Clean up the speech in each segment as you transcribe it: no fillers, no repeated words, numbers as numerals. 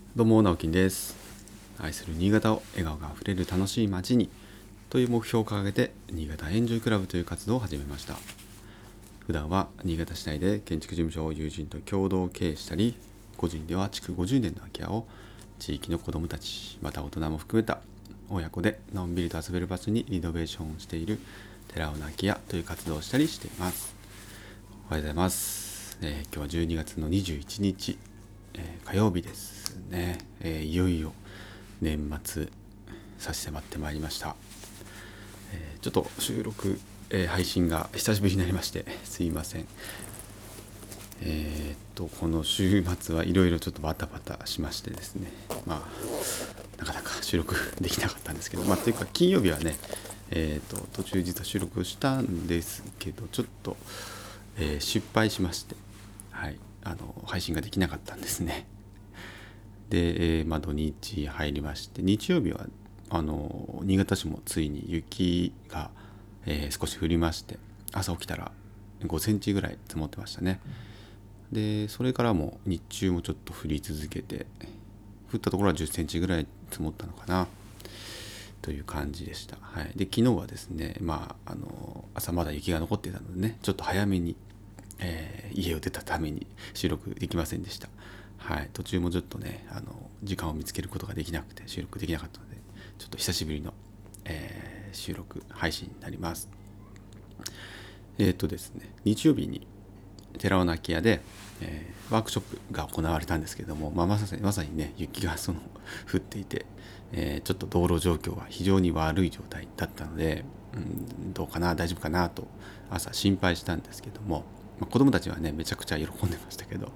どうも直樹です。愛する新潟を笑顔があふれる楽しい街にという目標を掲げて新潟エンジョイクラブという活動を始めました。普段は新潟市内で建築事務所を友人と共同経営したり、個人では築50年の空き家を地域の子どもたちまた大人も含めた親子でのんびりと遊べる場所にリノベーションしている寺尾の空き家という活動をしたりしています。おはようございます。今日は12月の21日、火曜日ですね。いよいよ年末差し迫ってまいりました。ちょっと収録、配信が久しぶりになりましてすいません。この週末はいろいろちょっとバタバタしましてですね、なかなか収録できなかったんですけど、というか金曜日はね、途中実は収録したんですけど、ちょっと、失敗しまして、配信ができなかったんですね。で、土日入りまして、日曜日は新潟市もついに雪が、少し降りまして、朝起きたら5センチぐらい積もってましたね。でそれからも日中もちょっと降り続けて、降ったところは10センチぐらい積もったのかなという感じでした。で昨日はですね、朝まだ雪が残っていたのでね、ちょっと早めに、家を出たために収録できませんでした。途中もちょっとね時間を見つけることができなくて収録できなかったので、ちょっと久しぶりの、収録配信になります。ですね、日曜日に寺尾の空き家で、ワークショップが行われたんですけども、まさにね雪が降っていて、ちょっと道路状況は非常に悪い状態だったので、どうかな大丈夫かなと朝心配したんですけども、子供たちはねめちゃくちゃ喜んでましたけど、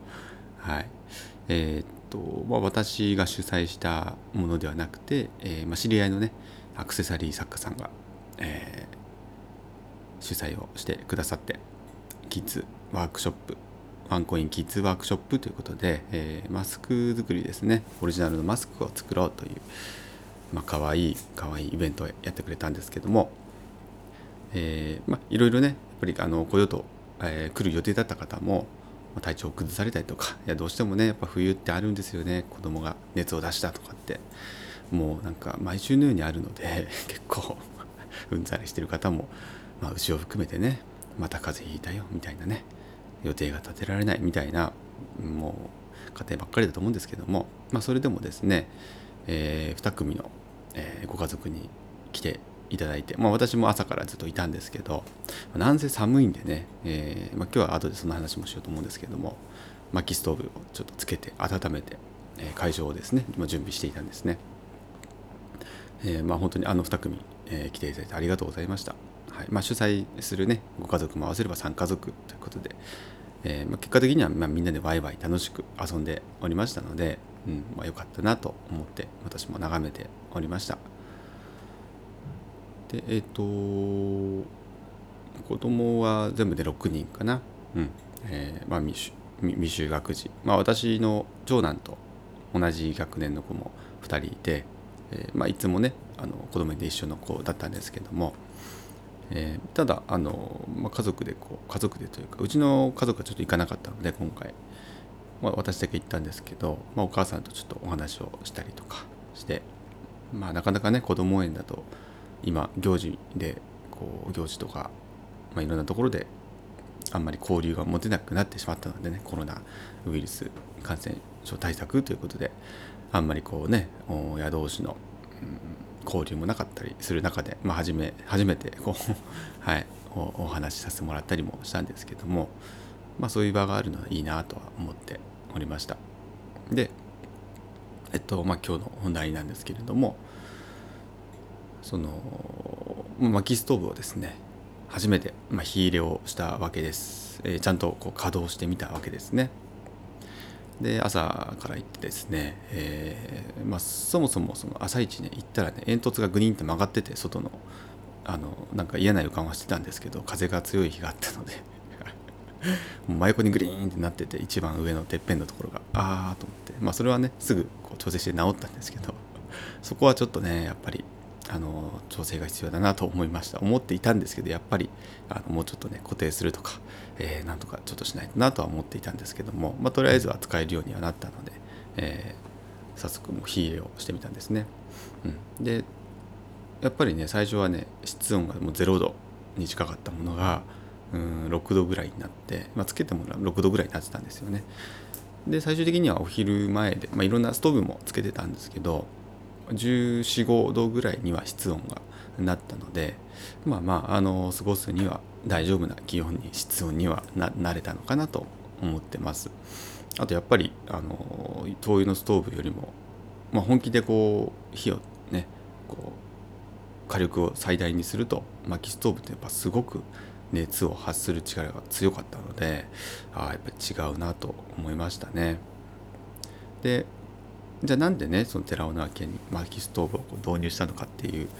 私が主催したものではなくて、知り合いのねアクセサリー作家さんが、主催をしてくださって、キッズワークショップワンコインキッズワークショップということで、マスク作りですね、オリジナルのマスクを作ろうという、かわいいイベントをやってくれたんですけども、いろいろねやっぱり来ようと、来る予定だった方も体調を崩されたりとか、どうしてもねやっぱ冬ってあるんですよね。子供が熱を出したとかってもうなんか毎週のようにあるので結構うんざりしてる方も、うちを含めてね、また風邪ひいたよみたいなね、予定が立てられないみたいなもう家庭ばっかりだと思うんですけども、それでもですね、2組の、ご家族に来ていただいて、私も朝からずっといたんですけど、なんせ寒いんでね、今日は後でその話もしようと思うんですけども、薪ストーブをちょっとつけて温めて、会場をですね準備していたんですね。本当に2組、来ていただいてありがとうございました。主催するねご家族も合わせれば3家族ということで、結果的にはみんなでワイワイ楽しく遊んでおりましたので、良かったなと思って私も眺めておりました。で子供は全部で6人かな。未就学児、私の長男と同じ学年の子も2人いて、いつもね子供で一緒の子だったんですけども、ただ家族でというか、うちの家族はちょっと行かなかったので今回、私だけ行ったんですけど、お母さんとちょっとお話をしたりとかして、なかなかね子ども園だと今行事とか、いろんなところであんまり交流が持てなくなってしまったのでね、コロナウイルス感染症対策ということであんまり親同士の、交流もなかったりする中で、初めてお話しさせてもらったりもしたんですけども、そういう場があるのはいいなとは思っておりました。で今日の本題なんですけれども、薪ストーブをですね初めて、火入れをしたわけです。ちゃんと稼働してみたわけですね。で朝から行ってですね、そもそもその朝一ね行ったらね煙突がグニンと曲がってて、外のなんか嫌な予感はしてたんですけど、風が強い日があったのでもう真横にグリーンってなってて、一番上のてっぺんのところがと思って、それはねすぐ調整して治ったんですけど、そこはちょっとねやっぱり調整が必要だなと思っていたんですけど、やっぱりもうちょっとね固定するとか、なんとかちょっとしないとなとは思っていたんですけども、とりあえずは使えるようにはなったので、 早速もう火入れをしてみたんですね。でやっぱりね最初はね室温がもう0度に近かったものが6度ぐらいになって、つけても6度ぐらいになってたんですよね。で最終的にはお昼前で、いろんなストーブもつけてたんですけど14、15度ぐらいには室温がなったので過ごすには大丈夫な気温に室温にはなれたのかなと思ってます。あとやっぱり灯油のストーブよりも、本気でこう火をねこう火力を最大にすると薪ストーブってやっぱすごく熱を発する力が強かったのでやっぱり違うなと思いましたね。でじゃあなんでねその寺尾の家に薪ストーブを導入したのかっていう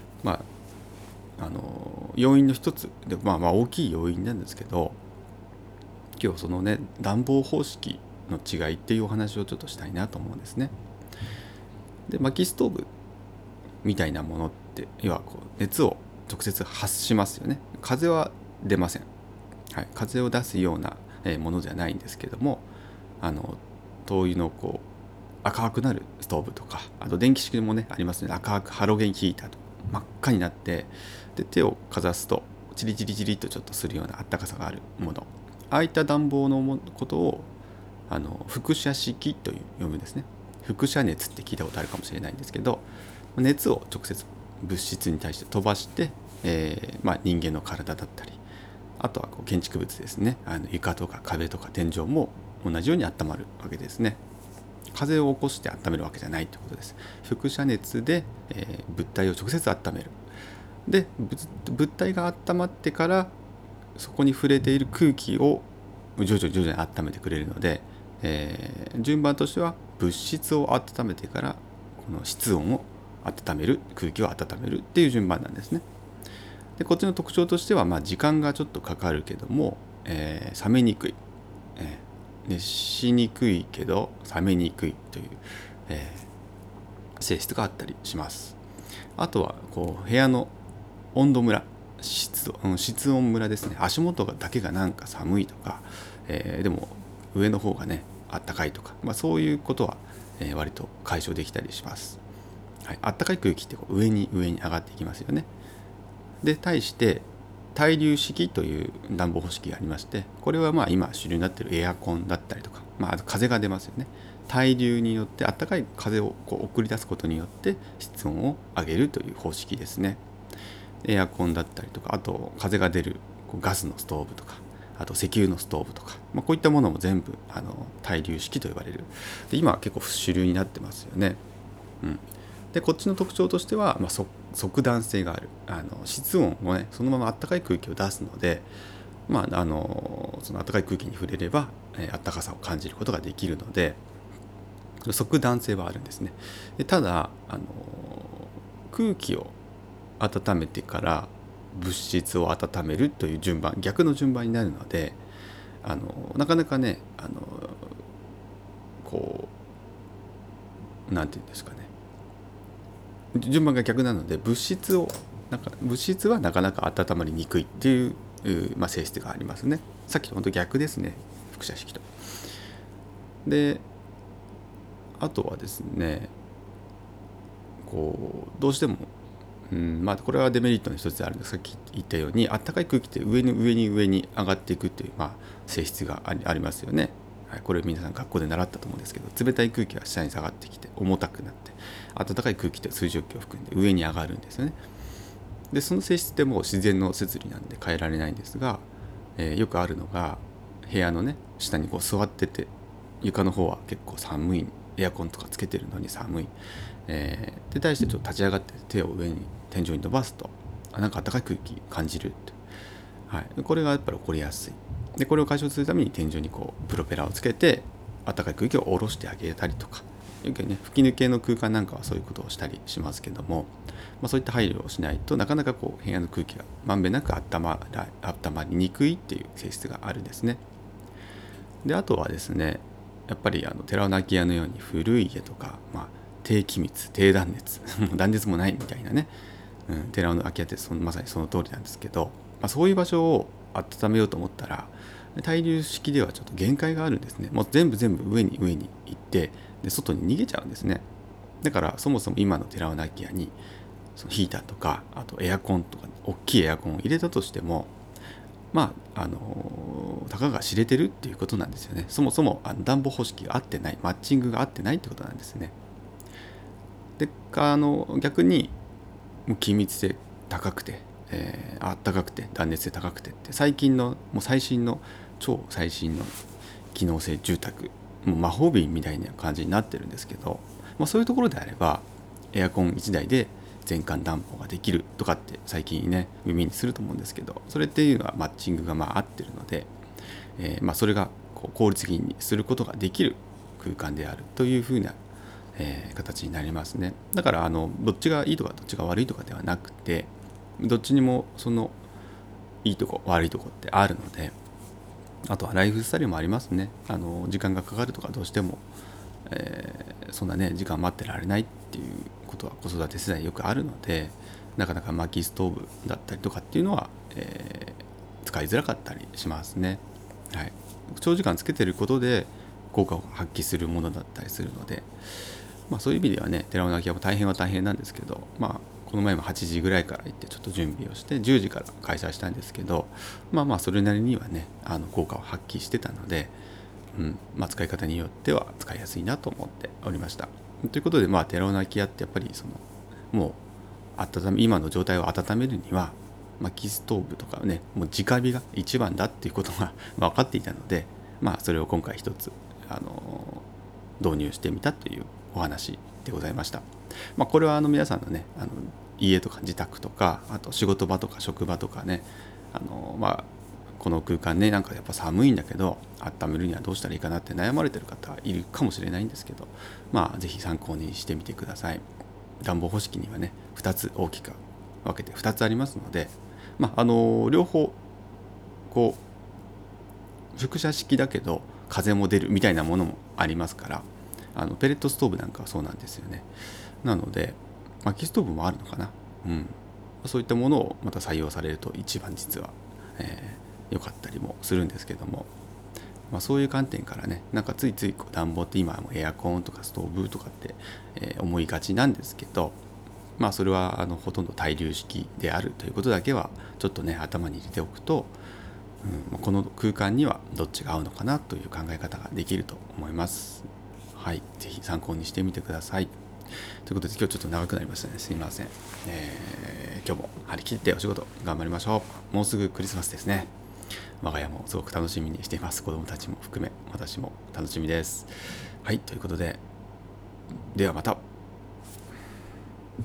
要因の一つで大きい要因なんですけど、今日そのね暖房方式の違いっていうお話をちょっとしたいなと思うんですね。で薪ストーブみたいなものって要は熱を直接発しますよね。風は出ません。風を出すようなものではないんですけども、灯油の赤くなるストーブとか、あと電気式もねありますね。赤くハロゲンヒーターと真っ赤になって、で手をかざすとチリチリチリとちょっとするようなあったかさがあるもの、ああいった暖房のことを輻射式と呼ぶんですね。輻射熱って聞いたことあるかもしれないんですけど、熱を直接物質に対して飛ばして、人間の体だったり、あとは建築物ですね、床とか壁とか天井も同じように温まるわけですね。風を起こして温めるわけじゃないということです。輻射熱で、物体を直接温める。で物体が温まってからそこに触れている空気を徐々に温めてくれるので、順番としては物質を温めてからこの室温を温める、空気を温めるっていう順番なんですね。でこっちの特徴としては、時間がちょっとかかるけども、冷めにくい、熱しにくいけど冷めにくいという、性質があったりします。あとは部屋の温度ムラ、室温ムラですね。足元だけがなんか寒いとか、でも上の方がねあったかいとか、そういうことは、割と解消できたりします。あったかい空気って上に上に上がっていきますよね。で対して対流式という暖房方式がありまして、これは今主流になっているエアコンだったりとか、あと風が出ますよね。対流によって暖かい風を送り出すことによって室温を上げるという方式ですね。エアコンだったりとか、あと風が出るガスのストーブとか、あと石油のストーブとか、こういったものも全部対流式と呼ばれる。で今は結構主流になってますよね。でこっちの特徴としては、速暖性がある。室温をねそのまま暖かい空気を出すので、その暖かい空気に触れれば、暖かさを感じることができるので速暖性はあるんですね。でただ空気を温めてから物質を温めるという順番、逆の順番になるのでなかなかねなんていうんですかね、順番が逆なので物質はなかなか温まりにくいっていう、性質がありますね。さっきと本当逆ですね、輻射式と。であとはですねどうしてもこれはデメリットの一つであるんですが、さっき言ったように暖かい空気って上に上に上がっていくという、性質がありますよね。これ皆さん学校で習ったと思うんですけど、冷たい空気は下に下がってきて重たくなって、暖かい空気って水蒸気を含んで上に上がるんですよね。でその性質ってもう自然の摂理なんで変えられないんですが、よくあるのが部屋のね下に座ってて床の方は結構寒い、エアコンとかつけてるのに寒い、で対してちょっと立ち上がって手を上に天井に伸ばすとなんか暖かい空気感じるって、これがやっぱり起こりやすい。でこれを解消するために天井にプロペラをつけて暖かい空気を下ろしてあげたりとか、吹き抜けの空間なんかはそういうことをしたりしますけども、そういった配慮をしないとなかなか部屋の空気がまんべんなく温まりにくいっていう性質があるんですね。であとはですね、やっぱり寺尾の空き家のように古い家とか、低気密低断熱断熱もないみたいなね、寺尾の空き家ってまさにその通りなんですけど、そういう場所を温めようと思ったら対流式ではちょっと限界があるんですね。もう全部上に行ってで外に逃げちゃうんですね。だからそもそも今の寺尾空き家にそのヒーターとかあとエアコンとか大きいエアコンを入れたとしてもたかが知れてるっていうことなんですよね。そもそも暖房方式が合ってない、マッチングが合ってないってことなんですね。で逆にもう気密性高くて、あったかくて断熱性高くてって最近のもう最新の超最新の機能性住宅、もう魔法瓶みたいな感じになってるんですけど、そういうところであればエアコン1台で全館暖房ができるとかって最近ね耳にすると思うんですけど、それっていうのはマッチングが合ってるので、それが効率的にすることができる空間であるというふうな、形になりますね。だからどっちがいいとかどっちが悪いとかではなくて、どっちにもそのいいとこ悪いとこってあるので、あとはライフスタイルもありますね。時間がかかるとかどうしても、そんなね時間待ってられないっていうことは子育て世代よくあるので、なかなか薪ストーブだったりとかっていうのは、使いづらかったりしますね。はい、長時間つけてることで効果を発揮するものだったりするので、そういう意味ではね寺尾の空き家も大変は大変なんですけど、この前も8時ぐらいから行ってちょっと準備をして10時から開催したんですけど、それなりにはね効果を発揮してたので、使い方によっては使いやすいなと思っておりました。ということで寺尾の空き家ってやっぱりもう今の状態を温めるには薪ストーブとかねもう直火が一番だっていうことが分かっていたので、それを今回一つ導入してみたというお話でございました。これは皆さんのね家とか自宅とかあと仕事場とか職場とかねこの空間ねなんかやっぱ寒いんだけど温めるにはどうしたらいいかなって悩まれてる方いるかもしれないんですけど、ぜひ参考にしてみてください。暖房方式にはね2つ大きく分けて2つありますので、両方こう輻射式だけど風も出るみたいなものもありますから、ペレットストーブなんかはそうなんですよね。なので薪ストーブもあるのかな、そういったものをまた採用されると一番実は良かったりもするんですけども、そういう観点からねなんかついつい暖房って今はもうエアコンとかストーブとかって、思いがちなんですけど、それはほとんど対流式であるということだけはちょっとね頭に入れておくと、この空間にはどっちが合うのかなという考え方ができると思います。はい、ぜひ参考にしてみてください。ということで今日ちょっと長くなりましたね、すいません。今日も張り切ってお仕事頑張りましょう。もうすぐクリスマスですね。我が家もすごく楽しみにしています。子供たちも含め私も楽しみです。はい、ということでではまた。